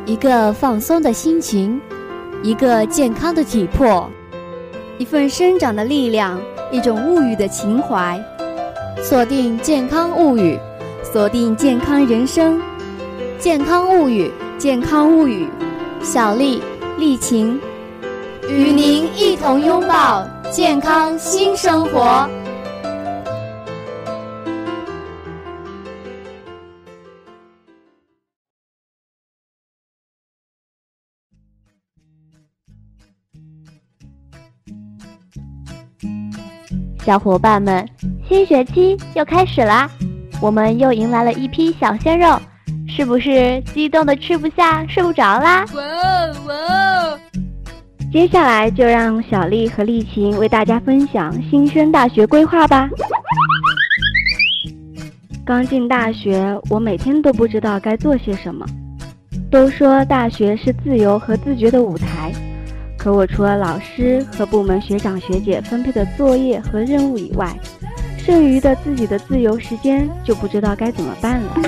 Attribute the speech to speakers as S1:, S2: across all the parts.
S1: 一个放松的心情，一个健康的体魄，
S2: 一份生长的力量，一种物语的情怀。
S1: 锁定健康物语，
S2: 锁定健康人生。
S1: 健康物语，
S2: 健康物语，
S1: 小丽、
S2: 丽琴
S1: 与您一同拥抱健康新生活。
S3: 小伙伴们，新学期又开始啦，我们又迎来了一批小鲜肉，是不是激动的吃不下睡不着啦？
S2: 哇！接下来就让小丽和丽琴为大家分享新生大学规划吧。刚进大学，我每天都不知道该做些什么。都说大学是自由和自觉的舞台，可我除了老师和部门学长学姐分配的作业和任务以外，剩余的自己的自由时间就不知道该怎么办了。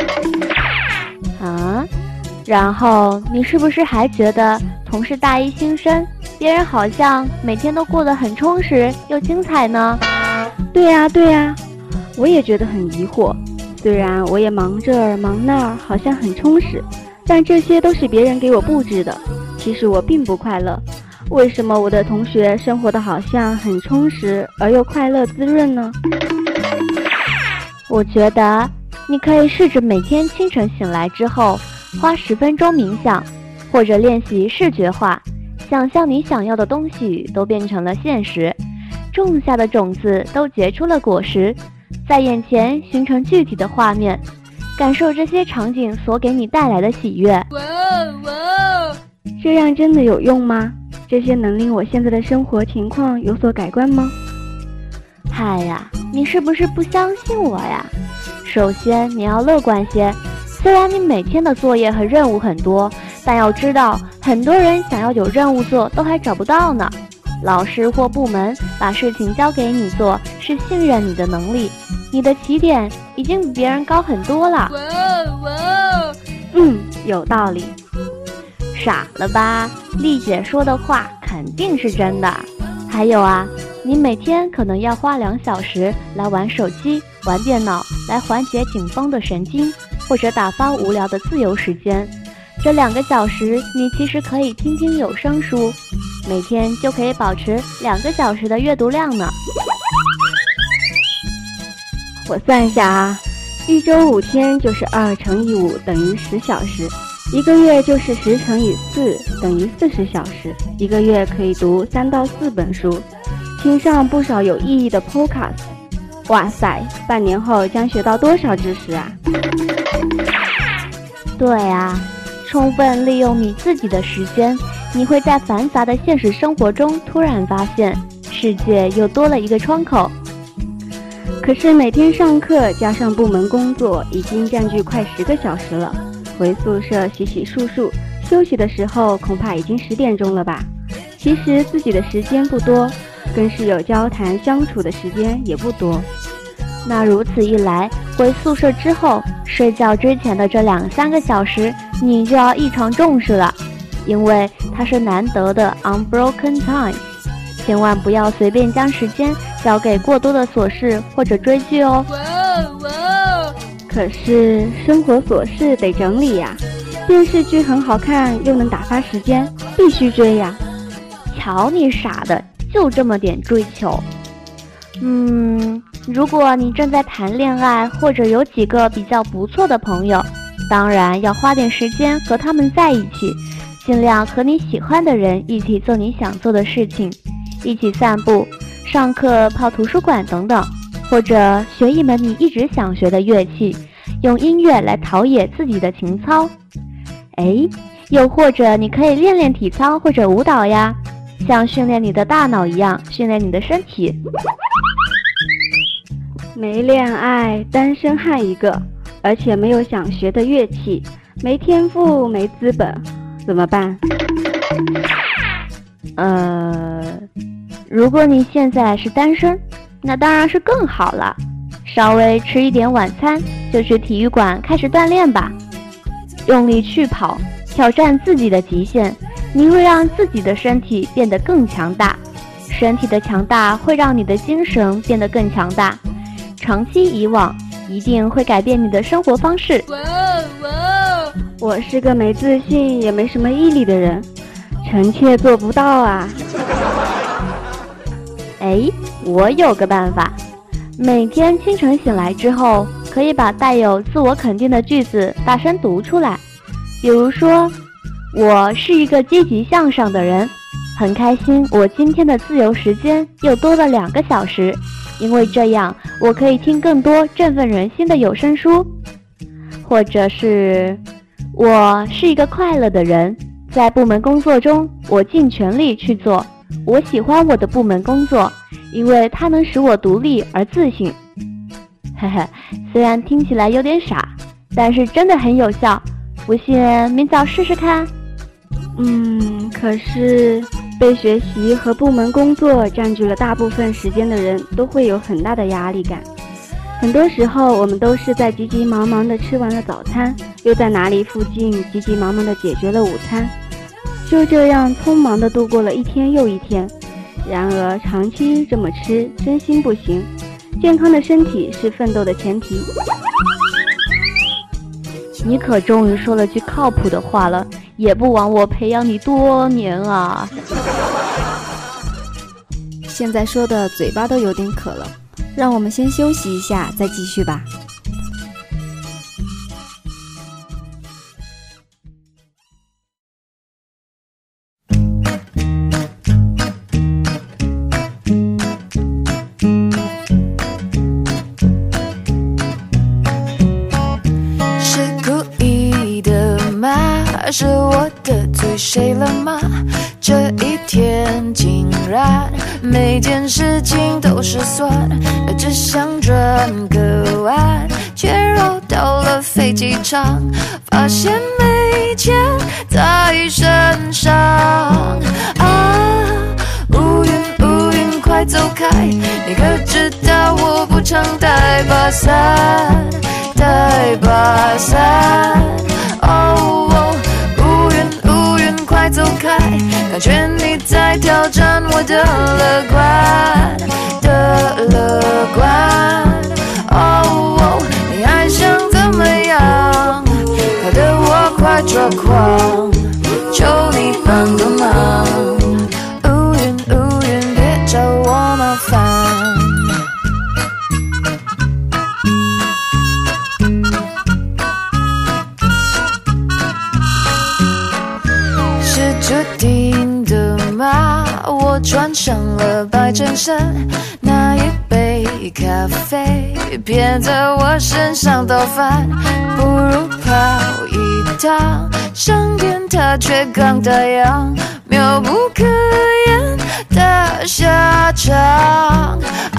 S3: 啊？然後你是不是还觉得同是大一新生，别人好像每天都过得很充实又精彩呢？
S2: 对呀，我也觉得很疑惑。虽然我也忙这儿忙那儿，好像很充实，但这些都是别人给我布置的，其实我并不快乐。为什么我的同学生活的好像很充实而又快乐滋润呢？
S3: 我觉得你可以试着每天清晨醒来之后花10分钟冥想，或者练习视觉化，想象你想要的东西都变成了现实，种下的种子都结出了果实，在眼前形成具体的画面，感受这些场景所给你带来的喜悦。
S2: 哇！这样真的有用吗？这些能令我现在的生活情况有所改观吗？
S3: 嗨呀，你是不是不相信我呀？首先你要乐观些，虽然你每天的作业和任务很多，但要知道很多人想要有任务做都还找不到呢。老师或部门把事情交给你做，是信任你的能力，你的起点已经比别人高很多了。
S2: 哇！有道理。
S3: 傻了吧？丽姐说的话肯定是真的。还有啊，你每天可能要花2小时来玩手机、玩电脑，来缓解紧绷的神经，或者打发无聊的自由时间。这2个小时你其实可以听听有声书，每天就可以保持2个小时的阅读量呢。
S2: 我算一下啊，1周5天就是2乘以5等于10小时，1个月就是10乘以4等于40小时，1个月可以读3到4本书，听上不少有意义的 podcast。 哇塞，半年后将学到多少知识啊？
S3: 对啊，充分利用你自己的时间，你会在繁杂的现实生活中突然发现世界又多了一个窗口。
S2: 可是每天上课加上部门工作已经占据快10个小时了，回宿舍洗洗漱漱，休息的时候恐怕已经10点钟了吧。其实自己的时间不多，跟室友交谈相处的时间也不多。
S3: 那如此一来，回宿舍之后睡觉之前的这2-3个小时你就要异常重视了，因为它是难得的 unbroken time， 千万不要随便将时间交给过多的琐事或者追剧哦。
S2: 哇！可是生活琐事得整理呀，电视剧很好看又能打发时间，必须追呀。
S3: 瞧你傻的，就这么点追求。如果你正在谈恋爱，或者有几个比较不错的朋友，当然要花点时间和他们在一起，尽量和你喜欢的人一起做你想做的事情，一起散步、上课、泡图书馆等等，或者学一门你一直想学的乐器，用音乐来陶冶自己的情操。又或者你可以练练体操或者舞蹈呀，像训练你的大脑一样训练你的身体。
S2: 没恋爱，单身汉一个，而且没有想学的乐器，没天赋，没资本，怎么办？
S3: 如果你现在是单身，那当然是更好了，稍微吃一点晚餐，就去体育馆开始锻炼吧，用力去跑， 挑战自己的极限，你会让自己的身体变得更强大，身体的强大会让你的精神变得更强大，长期以往一定会改变你的生活方式。
S2: 我是个没自信也没什么毅力的人，臣妾做不到啊。
S3: 我有个办法，每天清晨醒来之后，可以把带有自我肯定的句子大声读出来。比如说，我是一个积极向上的人，很开心我今天的自由时间又多了2个小时，因为这样我可以听更多振奋人心的有声书。或者是，我是一个快乐的人，在部门工作中我尽全力去做，我喜欢我的部门工作，因为它能使我独立而自信。虽然听起来有点傻，但是真的很有效，不信明早试试看。
S2: 可是被学习和部门工作占据了大部分时间的人都会有很大的压力感。很多时候我们都是在急急忙忙地吃完了早餐，又在哪里附近急急忙忙地解决了午餐，就这样匆忙地度过了一天又一天。然而长期这么吃真心不行，健康的身体是奋斗的前提。
S3: 你可终于说了句靠谱的话了，也不枉我培养你多年啊。
S1: 现在说的嘴巴都有点渴了，让我们先休息一下再继续吧。
S4: 是我得罪谁了吗？这一天竟然每件事情都失算，只想转个弯，却绕到了飞机场，发现没钱在身上。乌云快走开，你可知道我不常带把伞，带把伞。快走开，感觉你在挑战我的乐观，你还想怎么样？搞得我快抓狂，求你帮个忙。乌云别找我麻烦。注定的吗？我穿上了白衬衫，那一杯咖啡别在我身上倒翻，不如跑一趟上天它却刚打烊，妙不可言的下场。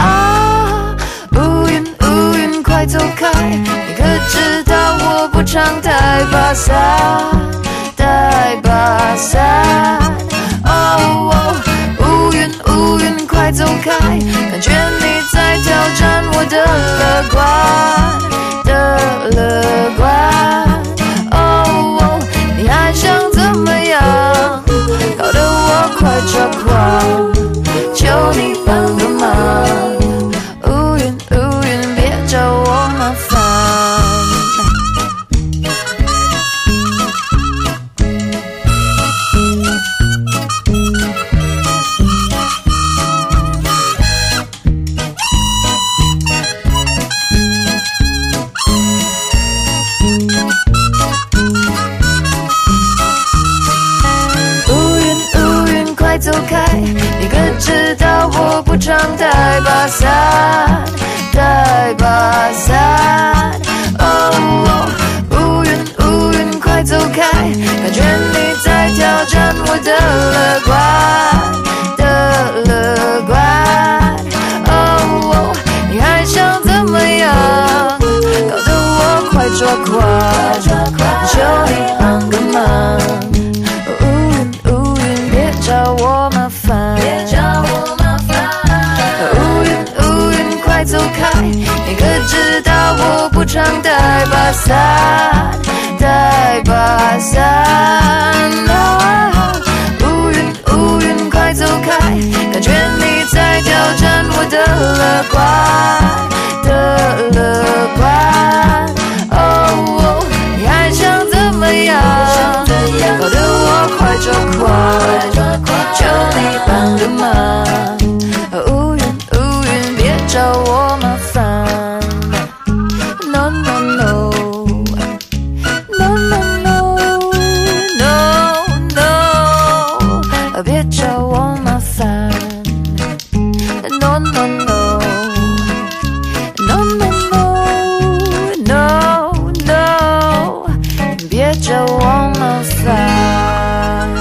S4: 乌云快走开，你可知道我不常带把伞，带把伞。乌云快走开，感觉你在挑战我的乐观，你还想怎么样？搞得我快抓狂，求你帮个忙。乌云别找我麻烦。走开，你可知道我不常带把伞，带把伞。乌云快走开，感觉你在挑战我的乐观，你还想怎么样？搞得我快抓狂，求你帮个忙。找我麻烦，乌云快走开，你可知道我不常带把伞，带把伞。 乐观的乐观。哦，你还想怎么样？搞得我快抓狂，求你帮个忙。乌云乌云，别找我麻烦。No no no no no no no no， 别找我麻烦。No no no no no no no， 别找我麻烦。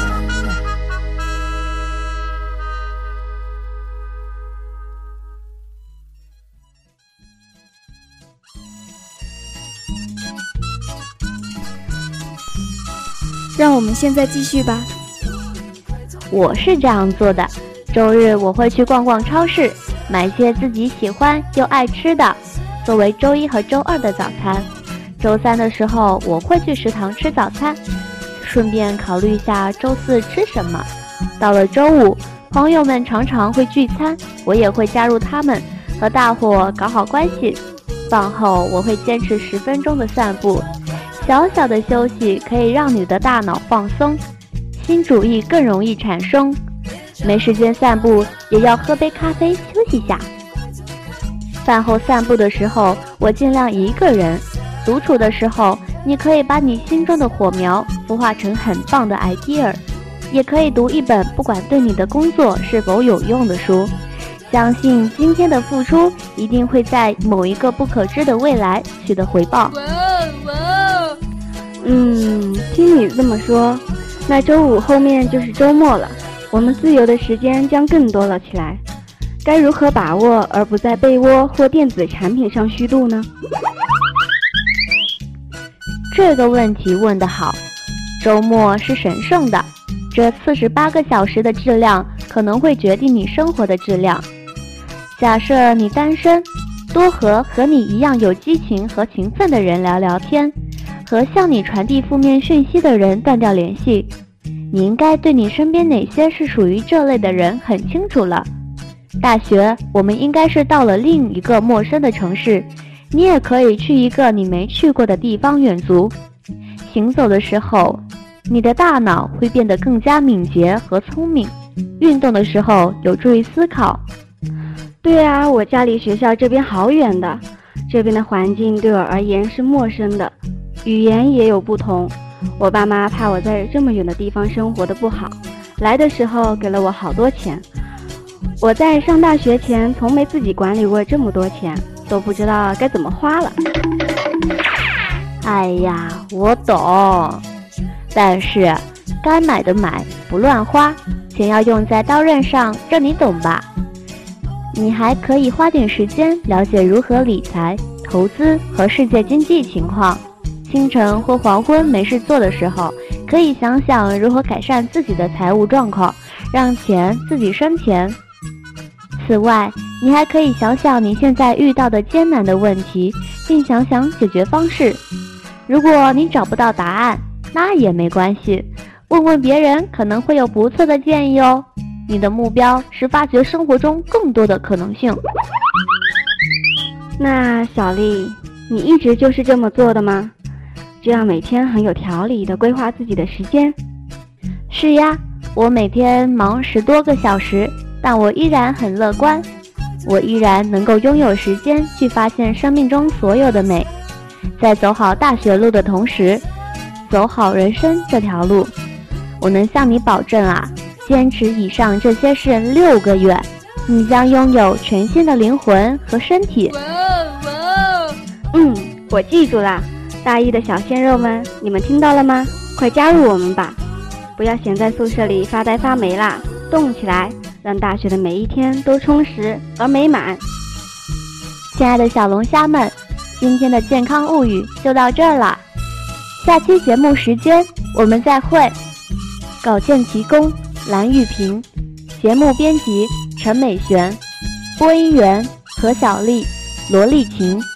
S1: 让我们现在继续吧。
S3: 我是这样做的，周日我会去逛逛超市，买些自己喜欢又爱吃的，作为周一和周二的早餐。周三的时候我会去食堂吃早餐，顺便考虑一下周四吃什么。到了周五，朋友们常常会聚餐，我也会加入他们，和大伙搞好关系。饭后我会坚持10分钟的散步，小小的休息可以让你的大脑放松，新主意更容易产生。没时间散步也要喝杯咖啡休息下。饭后散步的时候我尽量一个人，独处的时候你可以把你心中的火苗孵化成很棒的 idea， 也可以读一本不管对你的工作是否有用的书，相信今天的付出一定会在某一个不可知的未来取得回报。
S2: 听你这么说，那周五后面就是周末了，我们自由的时间将更多了起来。该如何把握而不在被窝或电子产品上虚度呢？
S3: 这个问题问得好。周末是神圣的，这48个小时的质量可能会决定你生活的质量。假设你单身，多和你一样有激情和勤奋的人聊聊天，和向你传递负面讯息的人断掉联系。你应该对你身边哪些是属于这类的人很清楚了。大学我们应该是到了另一个陌生的城市，你也可以去一个你没去过的地方远足。行走的时候，你的大脑会变得更加敏捷和聪明，运动的时候有助于思考。
S2: 对啊，我家离学校这边好远的，这边的环境对我而言是陌生的，语言也有不同。我爸妈怕我在这么远的地方生活的不好，来的时候给了我好多钱。我在上大学前从没自己管理过这么多钱，都不知道该怎么花了。
S3: 哎呀，我懂，但是该买的买，不乱花，钱要用在刀刃上，这你懂吧？你还可以花点时间了解如何理财、投资和世界经济情况。清晨或黄昏没事做的时候，可以想想如何改善自己的财务状况，让钱自己生钱。此外，你还可以想想你现在遇到的艰难的问题，并想想解决方式。如果你找不到答案，那也没关系，问问别人可能会有不错的建议哦。你的目标是发掘生活中更多的可能性。
S2: 那小丽，你一直就是这么做的吗？这样每天很有条理地规划自己的时间？
S3: 是呀，我每天忙10多个小时，但我依然很乐观，我依然能够拥有时间去发现生命中所有的美，在走好大学路的同时，走好人生这条路。我能向你保证啊，坚持以上这些事6个月，你将拥有全新的灵魂和身体。
S2: 我记住啦。大一的小鲜肉们，你们听到了吗？快加入我们吧，不要闲在宿舍里发呆发霉啦，动起来，让大学的每一天都充实而美满。
S3: 亲爱的小龙虾们，今天的健康物语就到这儿了，下期节目时间我们再会。稿件提供蓝玉萍，节目编辑陈美璇，播音员何小丽、罗丽琴。